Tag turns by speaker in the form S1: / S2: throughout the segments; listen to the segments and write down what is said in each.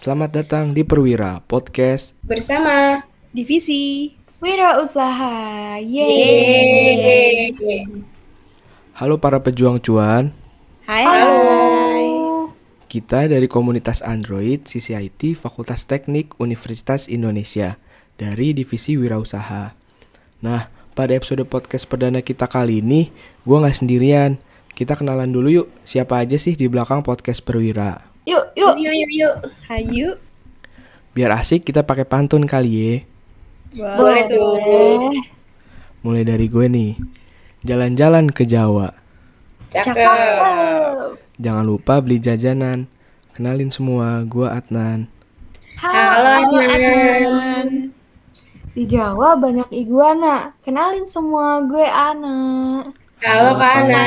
S1: Selamat datang di Perwira Podcast
S2: bersama
S3: Divisi
S2: Wirausaha.
S3: Yeay.
S1: Halo para pejuang cuan.
S3: Hai.
S1: Kita dari komunitas Android CCIT Fakultas Teknik Universitas Indonesia dari Divisi Wirausaha. Nah, pada episode podcast perdana kita kali ini, gue gak sendirian. Kita kenalan dulu yuk, siapa aja sih di belakang podcast Perwira.
S2: Yuk.
S3: Hayu.
S1: Biar asik kita pakai pantun kali ya.
S3: Wow.
S2: Boleh tuh.
S1: Mulai dari gue nih. Jalan-jalan ke Jawa.
S2: Cakep.
S1: Jangan lupa beli jajanan. Kenalin semua, gue Adnan.
S2: Halo
S3: Adnan.
S2: Di Jawa banyak iguana. Kenalin semua, gue Ana.
S1: Halo,
S2: Halo Kak Ana.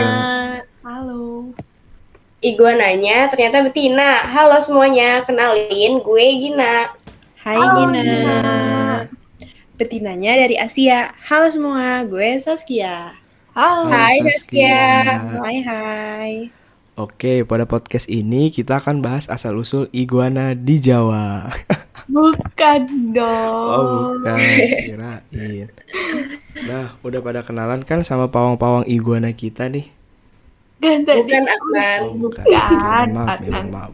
S3: Halo.
S2: Iguananya ternyata betina. Halo semuanya, kenalin gue Gina.
S3: Hai
S2: Halo,
S3: Gina.
S2: Gina.
S3: Betinanya dari Asia. Halo semua, gue Saskia.
S2: Halo.
S1: Hai,
S2: Hai Saskia.
S3: Hai.
S1: Oke, pada podcast ini kita akan bahas asal-usul iguana di Jawa.
S2: Bukan
S1: Oh,
S2: dong.
S1: bukan, kirain. Nah, udah pada kenalan kan sama pawang-pawang iguana kita nih?
S2: Bukan Adnan.
S1: Oh, bukan.
S2: Bukan,
S1: Maaf,
S2: Adnan.
S1: maaf.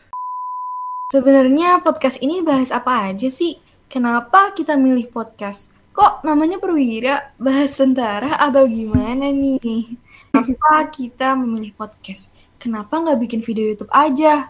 S4: Sebenarnya podcast ini bahas apa aja sih? Kenapa kita milih podcast? Kok namanya Perwira? Bahas tentara atau gimana nih? Kenapa kita memilih podcast? Kenapa nggak bikin video YouTube aja?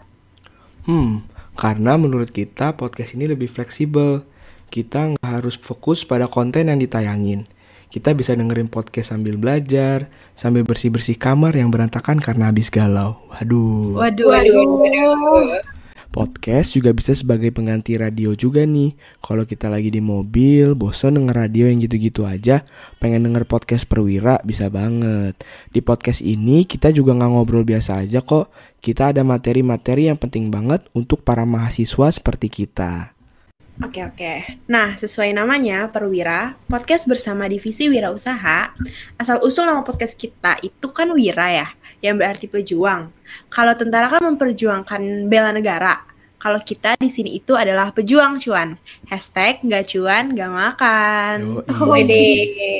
S1: Karena menurut kita podcast ini lebih fleksibel. Kita nggak harus fokus pada konten yang ditayangin. Kita bisa dengerin podcast sambil belajar, sambil bersih-bersih kamar yang berantakan karena habis galau. Waduh.
S2: Waduh.
S1: Podcast juga bisa sebagai pengganti radio juga nih. Kalau kita lagi di mobil, bosan denger radio yang gitu-gitu aja, pengen denger podcast Perwira, bisa banget. Di podcast ini kita juga gak ngobrol biasa aja kok. Kita ada materi-materi yang penting banget untuk para mahasiswa seperti kita.
S3: Oke. Nah, sesuai namanya, Perwira, podcast bersama Divisi Wirausaha. Asal-usul nama podcast kita itu kan Wira ya, yang berarti pejuang. Kalau tentara kan memperjuangkan bela negara. Kalau kita di sini itu adalah pejuang cuan. Hashtag nggak cuan, nggak makan.
S2: Wede.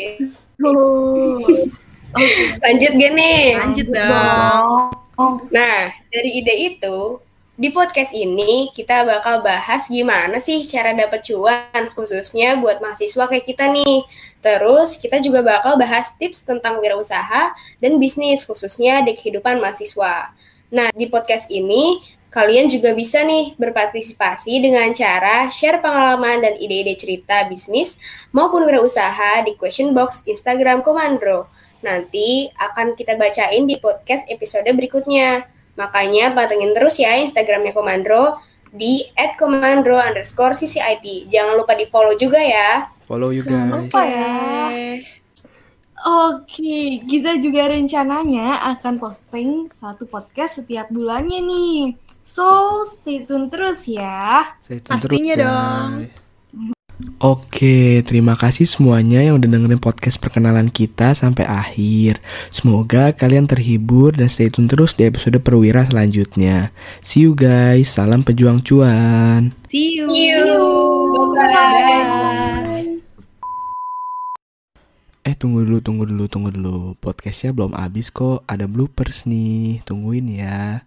S2: Lanjut gak nih?
S3: Lanjut dong.
S2: Nah, dari ide itu, di podcast ini kita bakal bahas gimana sih cara dapet cuan, khususnya buat mahasiswa kayak kita nih. Terus kita juga bakal bahas tips tentang wirausaha dan bisnis, khususnya di kehidupan mahasiswa. Nah, di podcast ini kalian juga bisa nih berpartisipasi dengan cara share pengalaman dan ide-ide cerita bisnis maupun wirausaha di question box Instagram Komandro. Nanti akan kita bacain di podcast episode berikutnya. Makanya pantengin terus ya Instagramnya Komandro di @komandro_CCIT. Jangan lupa di follow juga ya.
S1: Follow you guys.
S4: Lupa ya. Oke, kita juga rencananya akan posting satu podcast setiap bulannya nih. So, stay tune terus ya.
S1: Stay tune
S3: Pastinya
S1: terus,
S3: dong.
S1: guys. Oke, terima kasih semuanya yang udah dengerin podcast perkenalan kita sampai akhir. Semoga kalian terhibur dan stay tune terus di episode Perwira selanjutnya. See you guys, salam pejuang cuan.
S3: See you.
S2: Bye.
S1: Tunggu dulu. Podcastnya belum habis kok, ada bloopers nih, tungguin ya.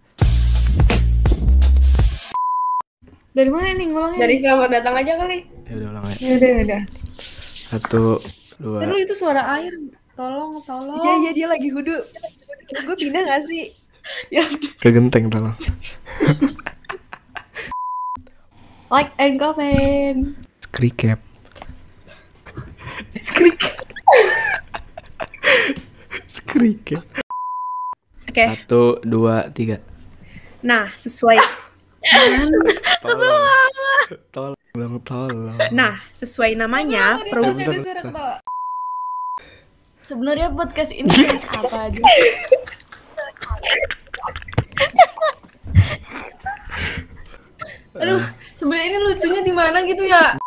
S4: Dari mana nih ngulangnya?
S2: Dari selamat datang aja kali.
S1: Ya udah ulang ya.
S4: Udah.
S1: 1, 2.
S4: Terus itu suara air. Tolong.
S3: Iya, dia lagi hudu. Gue pindah gak sih?
S1: Ke genteng tolong.
S4: Like and comment.
S1: Skricap. Skricap.
S3: Oke.
S1: 1, 2, 3.
S3: Nah, sesuai.
S1: Tolong.
S3: Nah, sesuai namanya,
S4: Sebenarnya podcast ini bahas apa aja? Aduh, sebenarnya ini lucunya di mana gitu ya?